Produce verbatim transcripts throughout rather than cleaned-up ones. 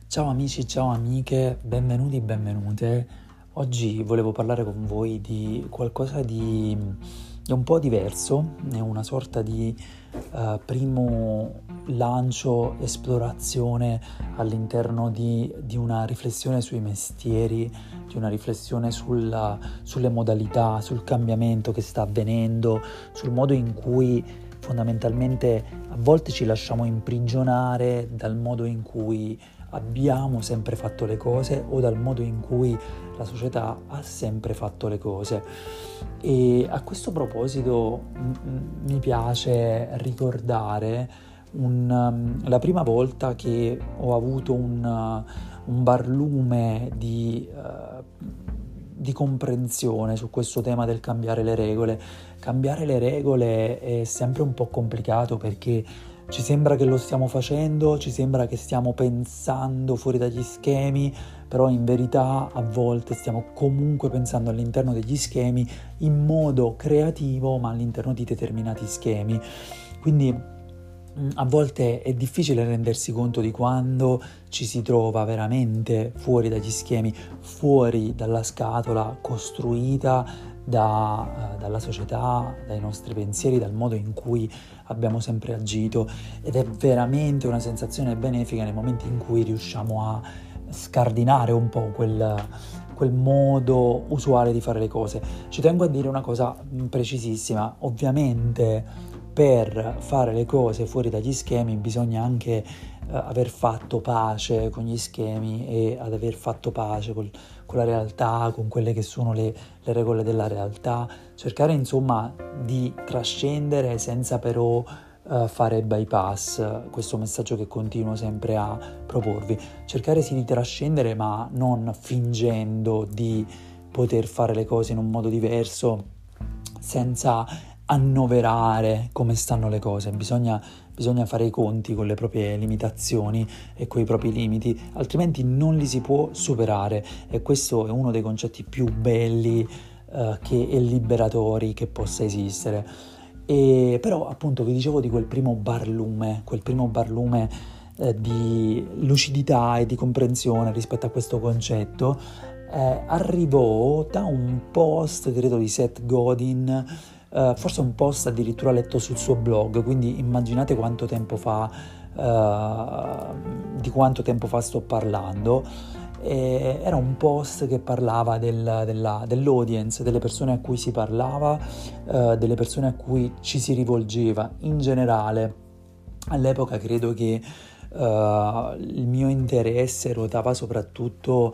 Ciao amici, ciao amiche, benvenuti, benvenute. Oggi volevo parlare con voi di qualcosa di, di un po' diverso, è una sorta di uh, primo lancio, esplorazione all'interno di, di una riflessione sui mestieri, di una riflessione sulla, sulle modalità, sul cambiamento che sta avvenendo, sul modo in cui fondamentalmente a volte ci lasciamo imprigionare dal modo in cui abbiamo sempre fatto le cose o dal modo in cui la società ha sempre fatto le cose. E a questo proposito m- mi piace ricordare un, um, la prima volta che ho avuto un, uh, un barlume di, uh, di comprensione su questo tema del cambiare le regole. Cambiare le regole è sempre un po' complicato perché ci sembra che lo stiamo facendo, ci sembra che stiamo pensando fuori dagli schemi, però in verità a volte stiamo comunque pensando all'interno degli schemi in modo creativo, ma all'interno di determinati schemi. Quindi a volte è difficile rendersi conto di quando ci si trova veramente fuori dagli schemi, fuori dalla scatola costruita da, uh, dalla società, dai nostri pensieri, dal modo in cui abbiamo sempre agito, ed è veramente una sensazione benefica nel momento in cui riusciamo a scardinare un po' quel, quel modo usuale di fare le cose. Ci tengo a dire una cosa precisissima: ovviamente per fare le cose fuori dagli schemi bisogna anche uh, aver fatto pace con gli schemi e ad aver fatto pace col, con la realtà, con quelle che sono le, le regole della realtà, cercare insomma di trascendere senza però uh, fare bypass, questo messaggio che continuo sempre a proporvi, cercare sì di trascendere ma non fingendo di poter fare le cose in un modo diverso, senza annoverare come stanno le cose. Bisogna, bisogna fare i conti con le proprie limitazioni e con i propri limiti, altrimenti non li si può superare, e questo è uno dei concetti più belli uh, che, e liberatori che possa esistere. E però appunto vi dicevo di quel primo barlume, quel primo barlume eh, di lucidità e di comprensione rispetto a questo concetto, eh, arrivò da un post, credo, di Seth Godin. Uh, forse un post addirittura letto sul suo blog, quindi immaginate quanto tempo fa, uh, di quanto tempo fa sto parlando. E era un post che parlava del, della, dell'audience, delle persone a cui si parlava, uh, delle persone a cui ci si rivolgeva in generale. All'epoca credo che uh, il mio interesse ruotava soprattutto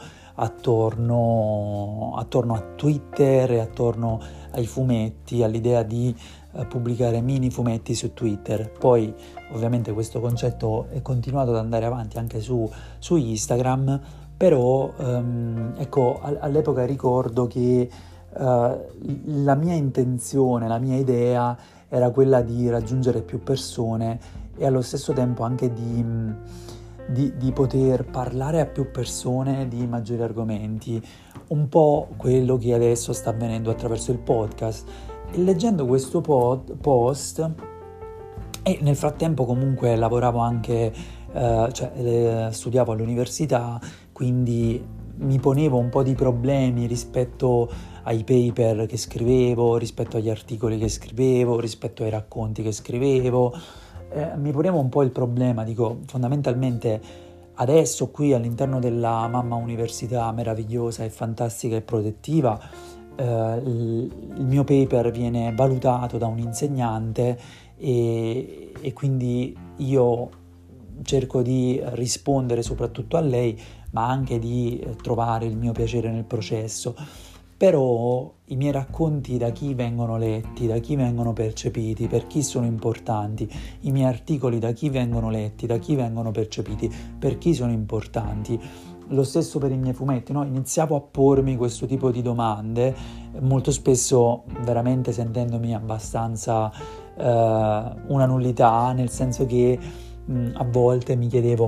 attorno, attorno a Twitter e attorno ai fumetti, all'idea di uh, pubblicare mini fumetti su Twitter. Poi ovviamente questo concetto è continuato ad andare avanti anche su, su Instagram, però um, ecco, all'epoca ricordo che uh, la mia intenzione, la mia idea era quella di raggiungere più persone e allo stesso tempo anche di Di, di poter parlare a più persone di maggiori argomenti, un po' quello che adesso sta avvenendo attraverso il podcast. E leggendo questo pod, post, e nel frattempo comunque lavoravo anche, eh, cioè eh, studiavo all'università, quindi mi ponevo un po' di problemi rispetto ai paper che scrivevo, rispetto agli articoli che scrivevo, rispetto ai racconti che scrivevo. Eh, mi ponevo un po' il problema, dico, fondamentalmente adesso qui all'interno della mamma università meravigliosa e fantastica e protettiva, eh, il, il mio paper viene valutato da un insegnante e, e quindi io cerco di rispondere soprattutto a lei, ma anche di eh, trovare il mio piacere nel processo. Però i miei racconti da chi vengono letti, da chi vengono percepiti, per chi sono importanti, i miei articoli da chi vengono letti, da chi vengono percepiti, per chi sono importanti. Lo stesso per i miei fumetti, no? Iniziavo a pormi questo tipo di domande, molto spesso veramente sentendomi abbastanza eh, una nullità, nel senso che mh, a volte mi chiedevo: ma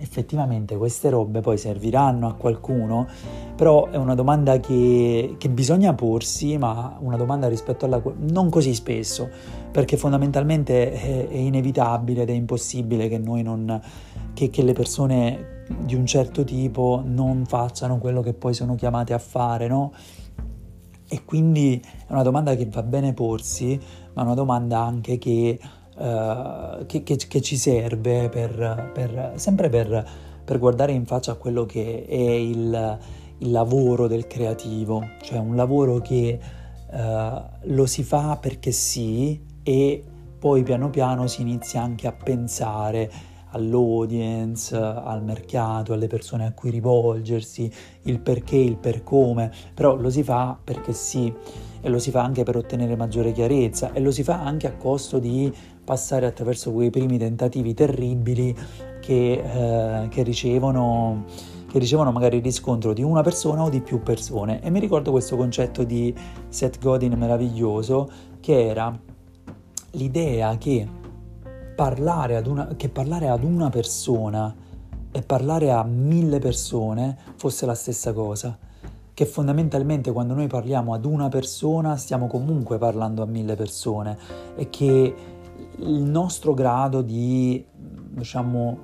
effettivamente queste robe poi serviranno a qualcuno? Però è una domanda che, che bisogna porsi, ma una domanda rispetto alla non così spesso, perché fondamentalmente è, è inevitabile ed è impossibile che noi non che, che le persone di un certo tipo non facciano quello che poi sono chiamate a fare, no? E quindi è una domanda che va bene porsi, ma è una domanda anche che, uh, che, che, che ci serve per, per, sempre per, per guardare in faccia a quello che è il, il lavoro del creativo, cioè un lavoro che uh, lo si fa perché sì, e poi piano piano si inizia anche a pensare all'audience, al mercato, alle persone a cui rivolgersi, il perché, il per come, però lo si fa perché sì, e lo si fa anche per ottenere maggiore chiarezza, e lo si fa anche a costo di passare attraverso quei primi tentativi terribili che, eh, che ricevono che ricevono magari il riscontro di una persona o di più persone. E mi ricordo questo concetto di Seth Godin meraviglioso, che era l'idea che parlare ad una, che parlare ad una persona e parlare a mille persone fosse la stessa cosa, che fondamentalmente quando noi parliamo ad una persona stiamo comunque parlando a mille persone, e che il nostro grado di, diciamo,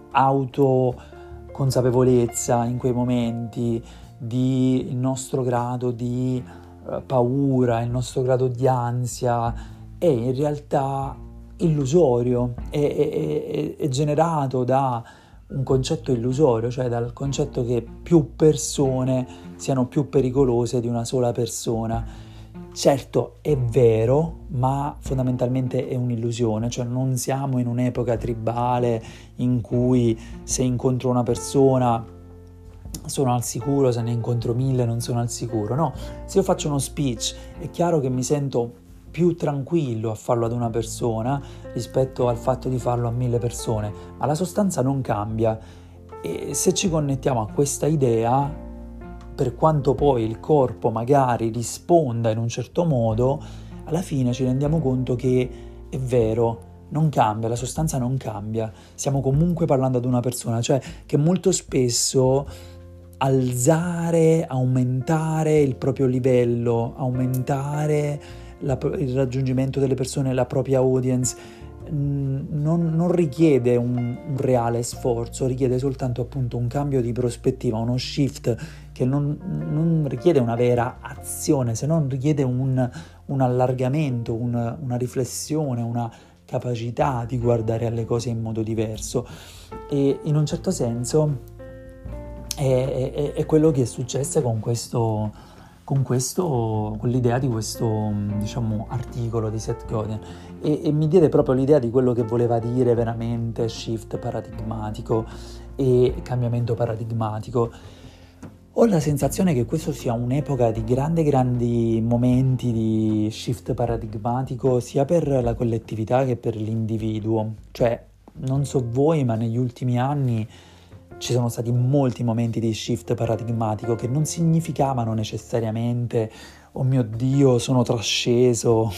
autoconsapevolezza in quei momenti, di, il nostro grado di uh, paura, il nostro grado di ansia è in realtà illusorio, è, è, è, è generato da un concetto illusorio, cioè dal concetto che più persone siano più pericolose di una sola persona. Certo, è vero, ma fondamentalmente è un'illusione, cioè non siamo in un'epoca tribale in cui se incontro una persona sono al sicuro, se ne incontro mille non sono al sicuro. No, se io faccio uno speech è chiaro che mi sento più tranquillo a farlo ad una persona rispetto al fatto di farlo a mille persone, ma la sostanza non cambia. E se ci connettiamo a questa idea, per quanto poi il corpo magari risponda in un certo modo, alla fine ci rendiamo conto che è vero, non cambia, la sostanza non cambia, stiamo comunque parlando ad una persona, cioè che molto spesso alzare, aumentare il proprio livello, aumentare La, il raggiungimento delle persone, la propria audience, non, non richiede un, un reale sforzo, richiede soltanto appunto un cambio di prospettiva, uno shift che non, non richiede una vera azione, se non richiede un, un allargamento, un, una riflessione, una capacità di guardare alle cose in modo diverso. E in un certo senso è, è, è quello che è successo con questo con questo, con l'idea di questo, diciamo, articolo di Seth Godin, e, e mi diede proprio l'idea di quello che voleva dire veramente shift paradigmatico e cambiamento paradigmatico. Ho la sensazione che questo sia un'epoca di grandi grandi momenti di shift paradigmatico sia per la collettività che per l'individuo, cioè non so voi, ma negli ultimi anni ci sono stati molti momenti di shift paradigmatico che non significavano necessariamente oh mio Dio, sono trasceso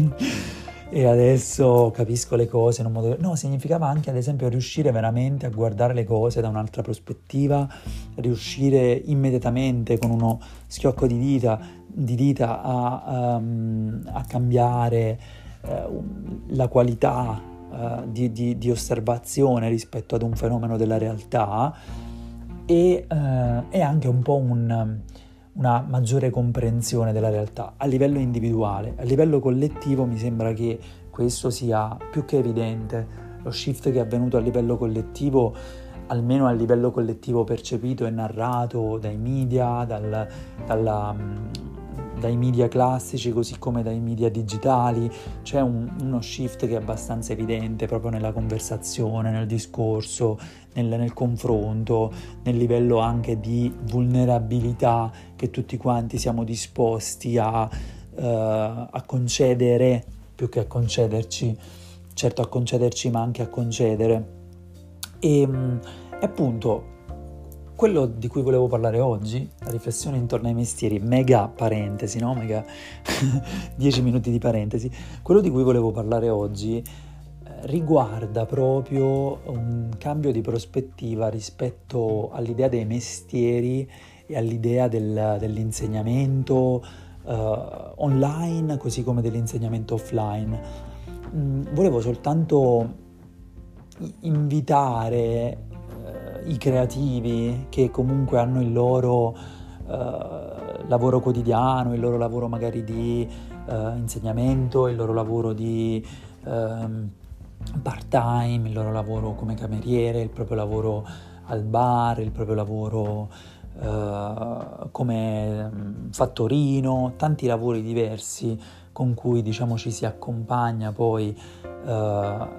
e adesso capisco le cose in un modo... No, significava anche ad esempio riuscire veramente a guardare le cose da un'altra prospettiva, riuscire immediatamente con uno schiocco di dita, di dita a, um, a cambiare uh, la qualità Uh, di, di, di osservazione rispetto ad un fenomeno della realtà, e, uh, e anche un po' un, una maggiore comprensione della realtà a livello individuale. A livello collettivo mi sembra che questo sia più che evidente. Lo shift che è avvenuto a livello collettivo, almeno a livello collettivo percepito e narrato dai media, dal, dalla dai media classici così come dai media digitali, c'è un, uno shift che è abbastanza evidente proprio nella conversazione, nel discorso, nel, nel confronto, nel livello anche di vulnerabilità che tutti quanti siamo disposti a, uh, a concedere più che a concederci, certo a concederci ma anche a concedere. E, e appunto quello di cui volevo parlare oggi, la riflessione intorno ai mestieri, mega parentesi, no? Mega dieci minuti di parentesi. Quello di cui volevo parlare oggi eh, riguarda proprio un cambio di prospettiva rispetto all'idea dei mestieri e all'idea del, dell'insegnamento eh, online, così come dell'insegnamento offline. Mm, volevo soltanto invitare eh, i creativi che comunque hanno il loro eh, lavoro quotidiano, il loro lavoro magari di eh, insegnamento, il loro lavoro di eh, part-time, il loro lavoro come cameriere, il proprio lavoro al bar, il proprio lavoro eh, come fattorino, tanti lavori diversi con cui diciamo ci si accompagna poi eh,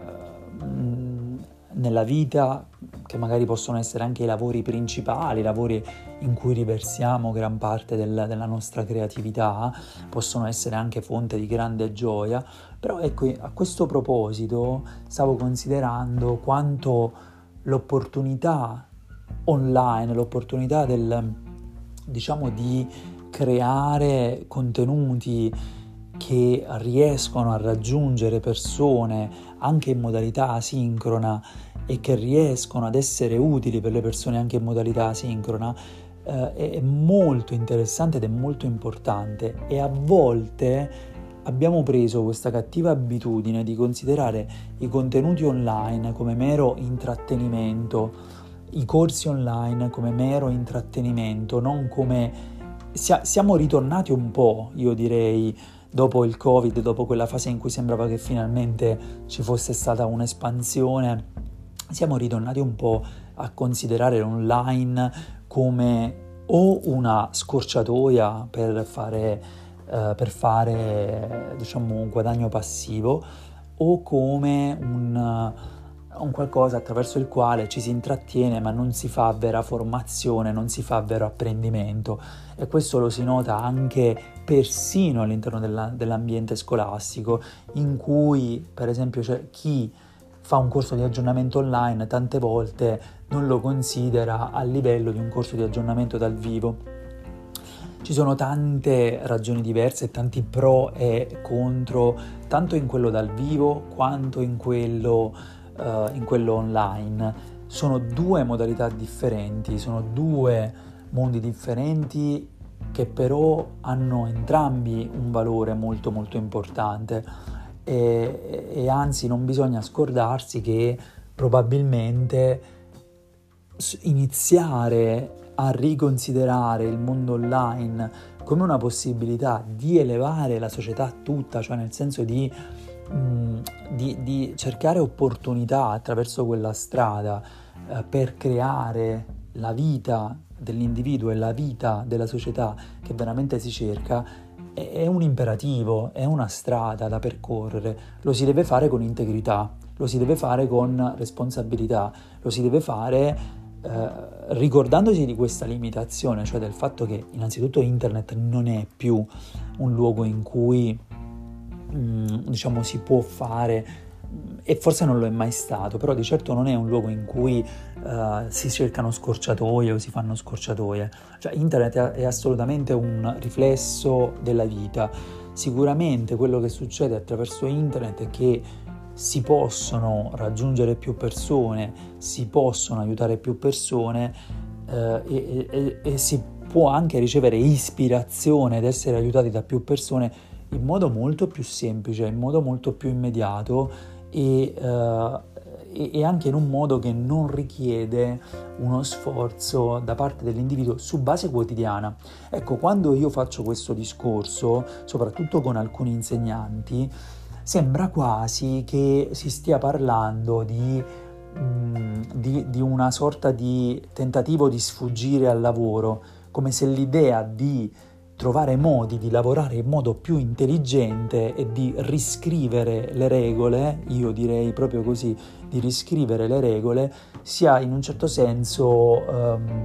nella vita, che magari possono essere anche i lavori principali, i lavori in cui riversiamo gran parte del, della nostra creatività, possono essere anche fonte di grande gioia. Però ecco, a questo proposito stavo considerando quanto l'opportunità online, l'opportunità del, diciamo, di creare contenuti che riescono a raggiungere persone anche in modalità asincrona e che riescono ad essere utili per le persone anche in modalità asincrona, eh, è molto interessante ed è molto importante. E a volte abbiamo preso questa cattiva abitudine di considerare i contenuti online come mero intrattenimento, i corsi online come mero intrattenimento, non come... Siamo ritornati un po', io direi, dopo il Covid, dopo quella fase in cui sembrava che finalmente ci fosse stata un'espansione, siamo ritornati un po' a considerare l'online come o una scorciatoia per fare, eh, per fare diciamo un guadagno passivo, o come un, un qualcosa attraverso il quale ci si intrattiene ma non si fa vera formazione, non si fa vero apprendimento. E questo lo si nota anche persino all'interno della, dell'ambiente scolastico, in cui per esempio c'è chi fa un corso di aggiornamento online tante volte non lo considera a livello di un corso di aggiornamento dal vivo. Ci sono tante ragioni diverse, tanti pro e contro, tanto in quello dal vivo quanto in quello, uh, in quello online. Sono due modalità differenti, sono due mondi differenti che però hanno entrambi un valore molto molto importante e, e anzi non bisogna scordarsi che probabilmente iniziare a riconsiderare il mondo online come una possibilità di elevare la società tutta, cioè nel senso di, mh, di, di cercare opportunità attraverso quella strada eh, per creare la vita dell'individuo e la vita della società che veramente si cerca, è un imperativo, è una strada da percorrere. Lo si deve fare con integrità, lo si deve fare con responsabilità, lo si deve fare eh, ricordandosi di questa limitazione, cioè del fatto che innanzitutto internet non è più un luogo in cui mh, diciamo si può fare, e forse non lo è mai stato, però di certo non è un luogo in cui uh, si cercano scorciatoie o si fanno scorciatoie. Cioè internet è, è assolutamente un riflesso della vita. Sicuramente quello che succede attraverso internet è che si possono raggiungere più persone, si possono aiutare più persone uh, e, e, e si può anche ricevere ispirazione ed essere aiutati da più persone in modo molto più semplice, in modo molto più immediato e, uh, e, e anche in un modo che non richiede uno sforzo da parte dell'individuo su base quotidiana. Ecco, quando io faccio questo discorso, soprattutto con alcuni insegnanti, sembra quasi che si stia parlando di, mh, di, di una sorta di tentativo di sfuggire al lavoro, come se l'idea di trovare modi di lavorare in modo più intelligente e di riscrivere le regole, io direi proprio così, di riscrivere le regole, sia in un certo senso um,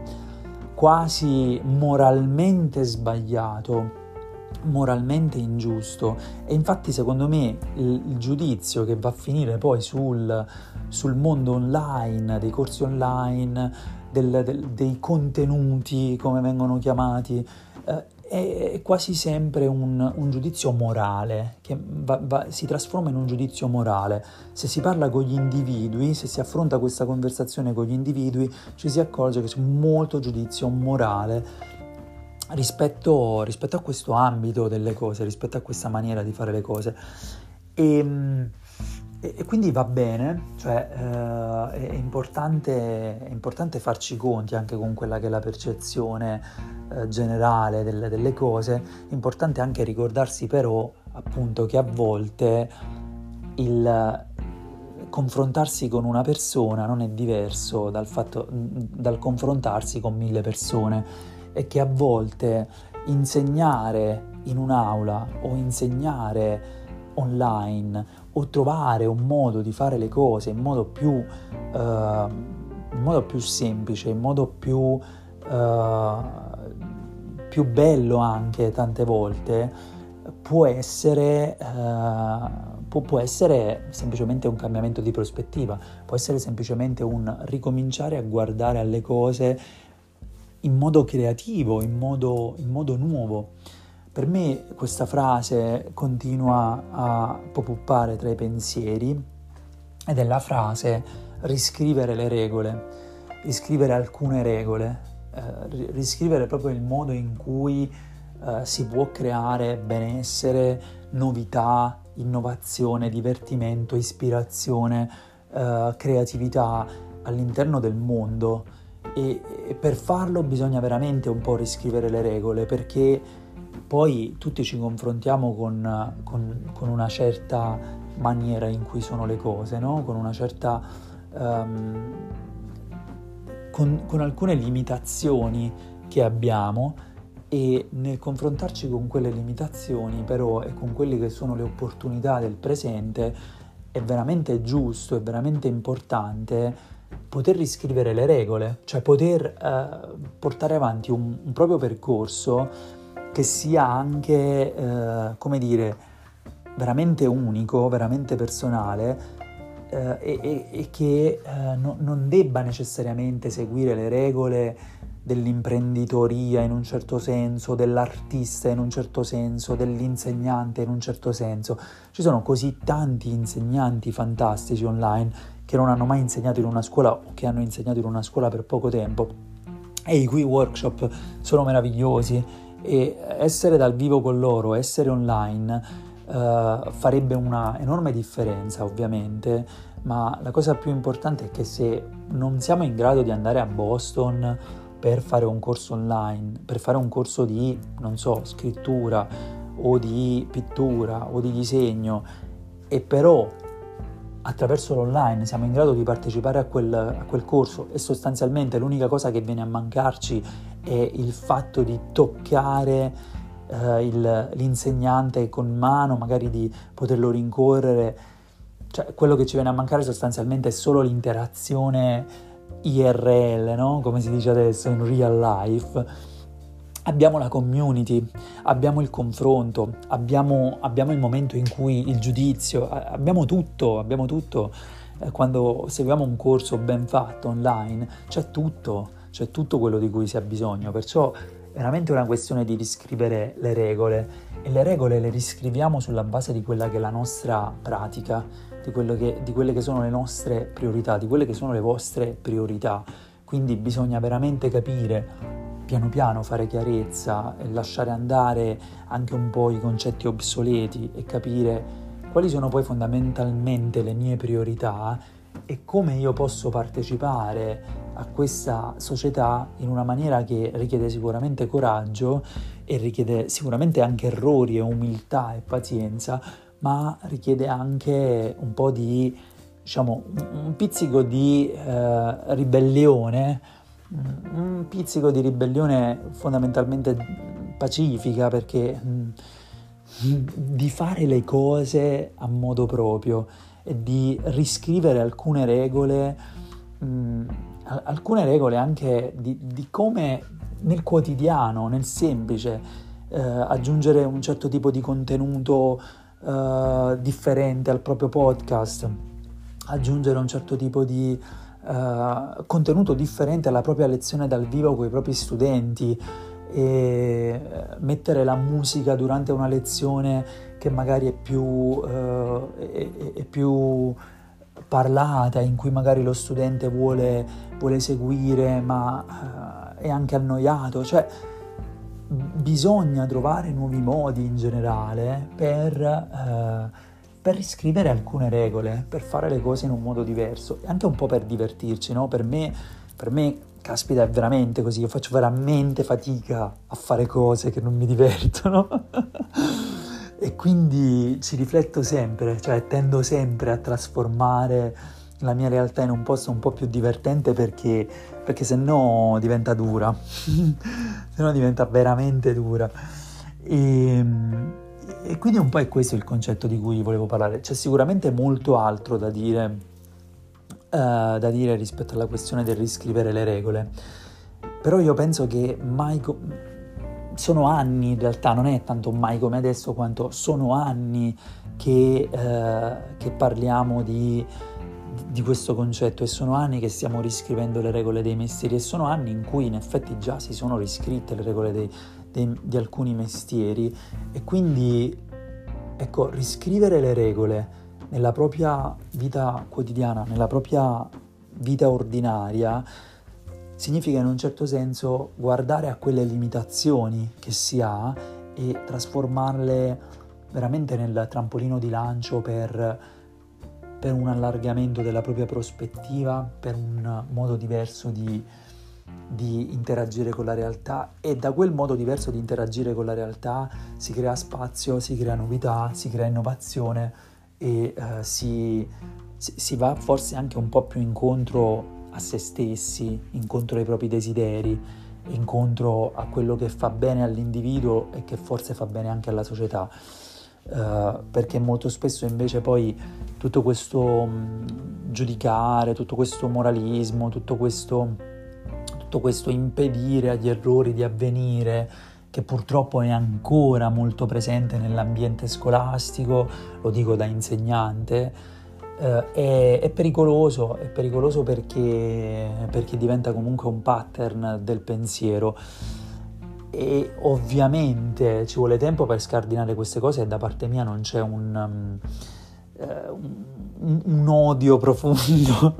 quasi moralmente sbagliato, moralmente ingiusto. E infatti secondo me il, il giudizio che va a finire poi sul, sul mondo online, dei corsi online, del, del, dei contenuti come vengono chiamati, eh, è, è quasi sempre un, un giudizio morale, che va, va, si trasforma in un giudizio morale. Se si parla con gli individui, se si affronta questa conversazione con gli individui, ci si accorge che c'è molto giudizio morale rispetto, rispetto a questo ambito delle cose, rispetto a questa maniera di fare le cose. E, e quindi va bene, cioè eh, è importante, è importante farci conti anche con quella che è la percezione eh, generale delle, delle cose. È importante anche ricordarsi però appunto che a volte il confrontarsi con una persona non è diverso dal fatto dal confrontarsi con mille persone, e che a volte insegnare in un'aula o insegnare online o trovare un modo di fare le cose in modo più, uh, in modo più semplice, in modo più, uh, più bello anche tante volte, può essere, uh, può, può essere semplicemente un cambiamento di prospettiva, può essere semplicemente un ricominciare a guardare alle cose in modo creativo, in modo, in modo nuovo. Per me questa frase continua a popuppare tra i pensieri ed è la frase riscrivere le regole, riscrivere alcune regole, eh, riscrivere proprio il modo in cui eh, si può creare benessere, novità, innovazione, divertimento, ispirazione, eh, creatività all'interno del mondo. E, e per farlo bisogna veramente un po' riscrivere le regole, perché poi tutti ci confrontiamo con, con, con una certa maniera in cui sono le cose, no? Con una certa um, con, con alcune limitazioni che abbiamo, e nel confrontarci con quelle limitazioni però e con quelle che sono le opportunità del presente è veramente giusto, è veramente importante poter riscrivere le regole, cioè poter eh, portare avanti un, un proprio percorso che sia anche, eh, come dire, veramente unico, veramente personale, eh, e, e che eh, no, non debba necessariamente seguire le regole dell'imprenditoria in un certo senso, dell'artista in un certo senso, dell'insegnante in un certo senso. Ci sono così tanti insegnanti fantastici online che non hanno mai insegnato in una scuola o che hanno insegnato in una scuola per poco tempo e i cui workshop sono meravigliosi. E essere dal vivo con loro, essere online, eh, farebbe una enorme differenza ovviamente, ma la cosa più importante è che se non siamo in grado di andare a Boston per fare un corso online, per fare un corso di, non so, scrittura o di pittura o di disegno, e però attraverso l'online siamo in grado di partecipare a quel, a quel corso, e sostanzialmente l'unica cosa che viene a mancarci è il fatto di toccare eh, il, l'insegnante con mano, magari di poterlo rincorrere. Cioè, quello che ci viene a mancare sostanzialmente è solo l'interazione I R L, no? Come si dice adesso, in real life. Abbiamo la community, abbiamo il confronto, abbiamo, abbiamo il momento in cui il giudizio, abbiamo tutto, abbiamo tutto. Eh, quando seguiamo un corso ben fatto online, c'è tutto. C'è tutto quello di cui si ha bisogno, perciò è veramente una questione di riscrivere le regole, e le regole le riscriviamo sulla base di quella che è la nostra pratica, di, quello che, di quelle che sono le nostre priorità, di quelle che sono le vostre priorità. Quindi bisogna veramente capire, piano piano fare chiarezza e lasciare andare anche un po' i concetti obsoleti e capire quali sono poi fondamentalmente le mie priorità e come io posso partecipare a questa società in una maniera che richiede sicuramente coraggio e richiede sicuramente anche errori e umiltà e pazienza, ma richiede anche un po' di, diciamo, un pizzico di eh, ribellione, un pizzico di ribellione fondamentalmente pacifica, perché mh, di fare le cose a modo proprio e di riscrivere alcune regole, mh, alcune regole anche di, di come nel quotidiano, nel semplice, eh, aggiungere un certo tipo di contenuto eh, differente al proprio podcast, aggiungere un certo tipo di eh, contenuto differente alla propria lezione dal vivo con i propri studenti, e mettere la musica durante una lezione che magari è più, eh, è, è più parlata, in cui magari lo studente vuole, vuole seguire ma eh, è anche annoiato, cioè bisogna trovare nuovi modi in generale per, eh, per riscrivere alcune regole, per fare le cose in un modo diverso, e anche un po' per divertirci, no? Per me, per me, caspita, è veramente così, io faccio veramente fatica a fare cose che non mi divertono e quindi ci rifletto sempre, cioè tendo sempre a trasformare la mia realtà in un posto un po' più divertente perché, perché se no diventa dura, se no diventa veramente dura. E, e quindi un po' è questo il concetto di cui volevo parlare. C'è sicuramente molto altro da dire, uh, da dire rispetto alla questione del riscrivere le regole, però io penso che mai... Co- sono anni, in realtà non è tanto mai come adesso quanto sono anni che, uh, che parliamo di... di questo concetto, e sono anni che stiamo riscrivendo le regole dei mestieri, e sono anni in cui in effetti già si sono riscritte le regole dei, dei, di alcuni mestieri, e quindi ecco, riscrivere le regole nella propria vita quotidiana, nella propria vita ordinaria, significa in un certo senso guardare a quelle limitazioni che si ha e trasformarle veramente nel trampolino di lancio per per un allargamento della propria prospettiva, per un modo diverso di, di interagire con la realtà, e da quel modo diverso di interagire con la realtà si crea spazio, si crea novità, si crea innovazione e uh, si, si, si va forse anche un po' più incontro a se stessi, incontro ai propri desideri, incontro a quello che fa bene all'individuo e che forse fa bene anche alla società. Uh, perché molto spesso invece poi tutto questo mh, giudicare, tutto questo moralismo, tutto questo, tutto questo impedire agli errori di avvenire, che purtroppo è ancora molto presente nell'ambiente scolastico, lo dico da insegnante, uh, è, è pericoloso, è pericoloso perché, perché diventa comunque un pattern del pensiero. E ovviamente ci vuole tempo per scardinare queste cose, e da parte mia non c'è un, um, un, un odio profondo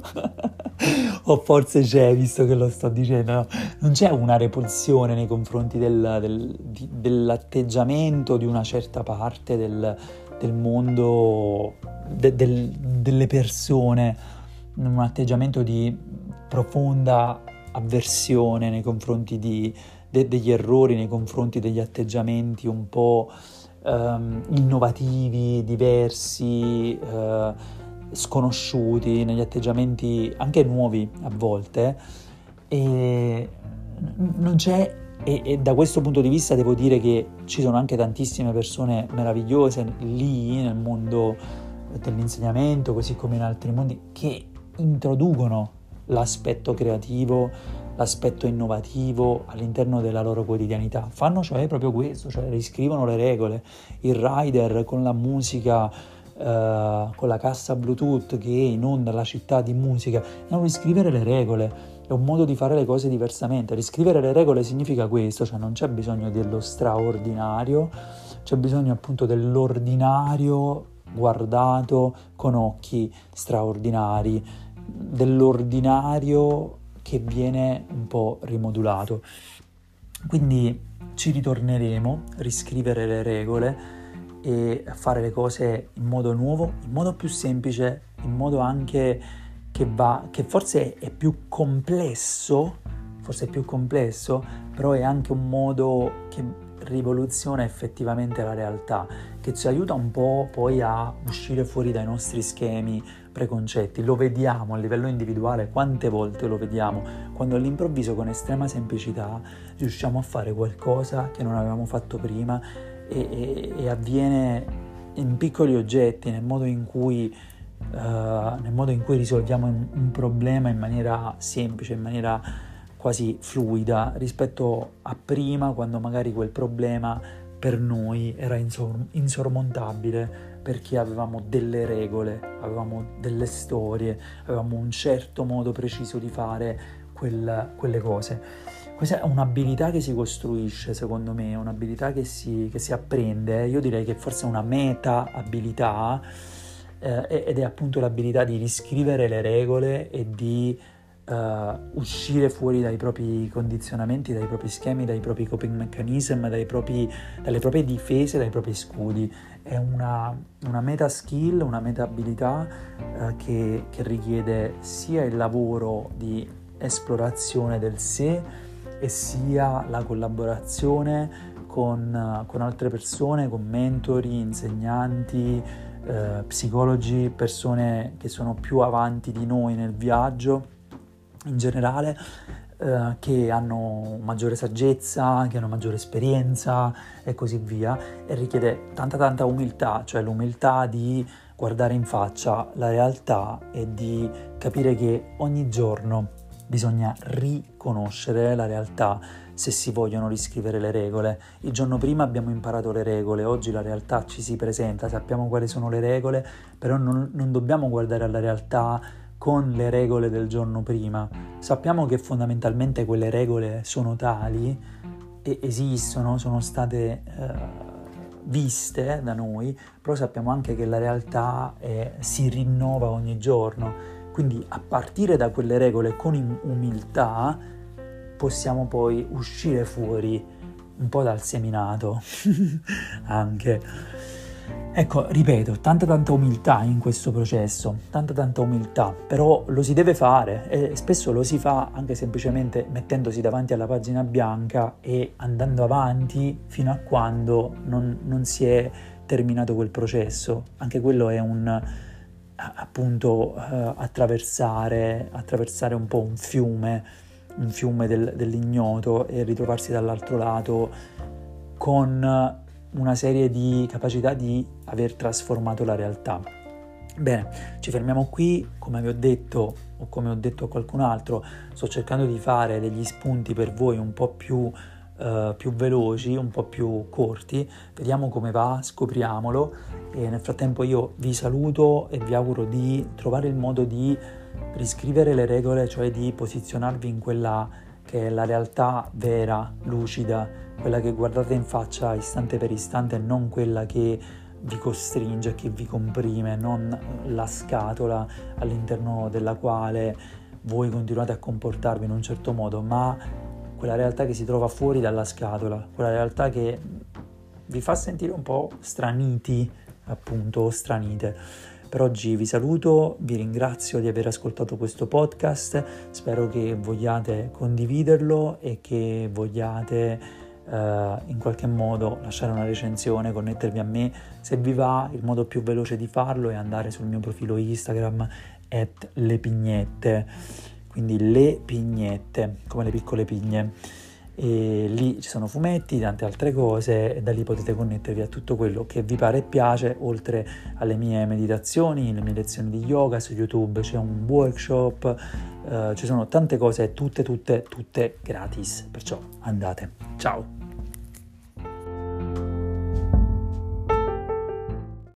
o forse c'è, visto che lo sto dicendo, no? Non c'è una repulsione nei confronti del, del, di, dell'atteggiamento di una certa parte del, del mondo, de, del, delle persone, un atteggiamento di profonda avversione nei confronti di De- degli errori, nei confronti degli atteggiamenti un po' um, innovativi, diversi, uh, sconosciuti, negli atteggiamenti anche nuovi a volte, e non c'è, e, e da questo punto di vista devo dire che ci sono anche tantissime persone meravigliose lì nel mondo dell'insegnamento, così come in altri mondi, che introducono l'aspetto creativo, l'aspetto innovativo all'interno della loro quotidianità. Fanno cioè proprio questo, cioè riscrivono le regole. Il rider con la musica, eh, con la cassa Bluetooth che inonda la città di musica, è un riscrivere le regole, è un modo di fare le cose diversamente. Riscrivere le regole significa questo, cioè non c'è bisogno dello straordinario, c'è bisogno appunto dell'ordinario guardato con occhi straordinari, dell'ordinario che viene un po' rimodulato. Quindi ci ritorneremo, riscrivere le regole e fare le cose in modo nuovo, in modo più semplice, in modo anche che va, che forse è più complesso, forse è più complesso, però è anche un modo che rivoluziona effettivamente la realtà, che ci aiuta un po' poi a uscire fuori dai nostri schemi preconcetti. Lo vediamo a livello individuale, quante volte lo vediamo, quando all'improvviso con estrema semplicità riusciamo a fare qualcosa che non avevamo fatto prima, e, e, e avviene in piccoli oggetti, nel modo in cui uh, nel modo in cui risolviamo un, un problema in maniera semplice, in maniera quasi fluida, rispetto a prima, quando magari quel problema per noi era insor- insormontabile, perché avevamo delle regole, avevamo delle storie, avevamo un certo modo preciso di fare quel, quelle cose. questa è un'abilità che si costruisce, secondo me, è un'abilità che si, che si apprende. Io direi che forse è una meta abilità, eh, ed è appunto l'abilità di riscrivere le regole e di eh, uscire fuori dai propri condizionamenti, dai propri schemi, dai propri coping mechanism, dai propri, dalle proprie difese, dai propri scudi. È una, una meta skill, una meta abilità eh, che, che richiede sia il lavoro di esplorazione del sé e sia la collaborazione con, con altre persone, con mentori, insegnanti, eh, psicologi, persone che sono più avanti di noi nel viaggio in generale, eh, che hanno maggiore saggezza, che hanno maggiore esperienza e così via, e richiede tanta tanta umiltà, cioè l'umiltà di guardare in faccia la realtà e di capire che ogni giorno bisogna riconoscere la realtà se si vogliono riscrivere le regole. Il giorno prima abbiamo imparato le regole, oggi la realtà ci si presenta, sappiamo quali sono le regole, però non, non dobbiamo guardare alla realtà con le regole del giorno prima. Sappiamo che fondamentalmente quelle regole sono tali e esistono, sono state eh, viste da noi, però sappiamo anche che la realtà è, si rinnova ogni giorno. Quindi a partire da quelle regole con umiltà possiamo poi uscire fuori un po' dal seminato anche. Ecco, ripeto, tanta tanta umiltà in questo processo, tanta tanta umiltà, però lo si deve fare e spesso lo si fa anche semplicemente mettendosi davanti alla pagina bianca e andando avanti fino a quando non, non si è terminato quel processo. Anche quello è un appunto eh, attraversare attraversare un po' un fiume un fiume del, dell'ignoto e ritrovarsi dall'altro lato con una serie di capacità di aver trasformato la realtà. Bene, ci fermiamo qui. Come vi ho detto o come ho detto a qualcun altro, sto cercando di fare degli spunti per voi un po' più Uh, più veloci, un po' più corti. Vediamo come va, scopriamolo, e nel frattempo io vi saluto e vi auguro di trovare il modo di riscrivere le regole, cioè di posizionarvi in quella che è la realtà vera, lucida, quella che guardate in faccia istante per istante, non quella che vi costringe, che vi comprime, non la scatola all'interno della quale voi continuate a comportarvi in un certo modo, ma quella realtà che si trova fuori dalla scatola, quella realtà che vi fa sentire un po' straniti, appunto, stranite. Per oggi vi saluto, vi ringrazio di aver ascoltato questo podcast, spero che vogliate condividerlo e che vogliate eh, in qualche modo lasciare una recensione, connettervi a me. Se vi va, il modo più veloce di farlo è andare sul mio profilo Instagram at lepignette. Quindi le pignette, come le piccole pigne, e lì ci sono fumetti, tante altre cose, e da lì potete connettervi a tutto quello che vi pare e piace, oltre alle mie meditazioni, le mie lezioni di yoga. Su YouTube c'è un workshop, eh, ci sono tante cose, tutte tutte tutte gratis, perciò andate. Ciao!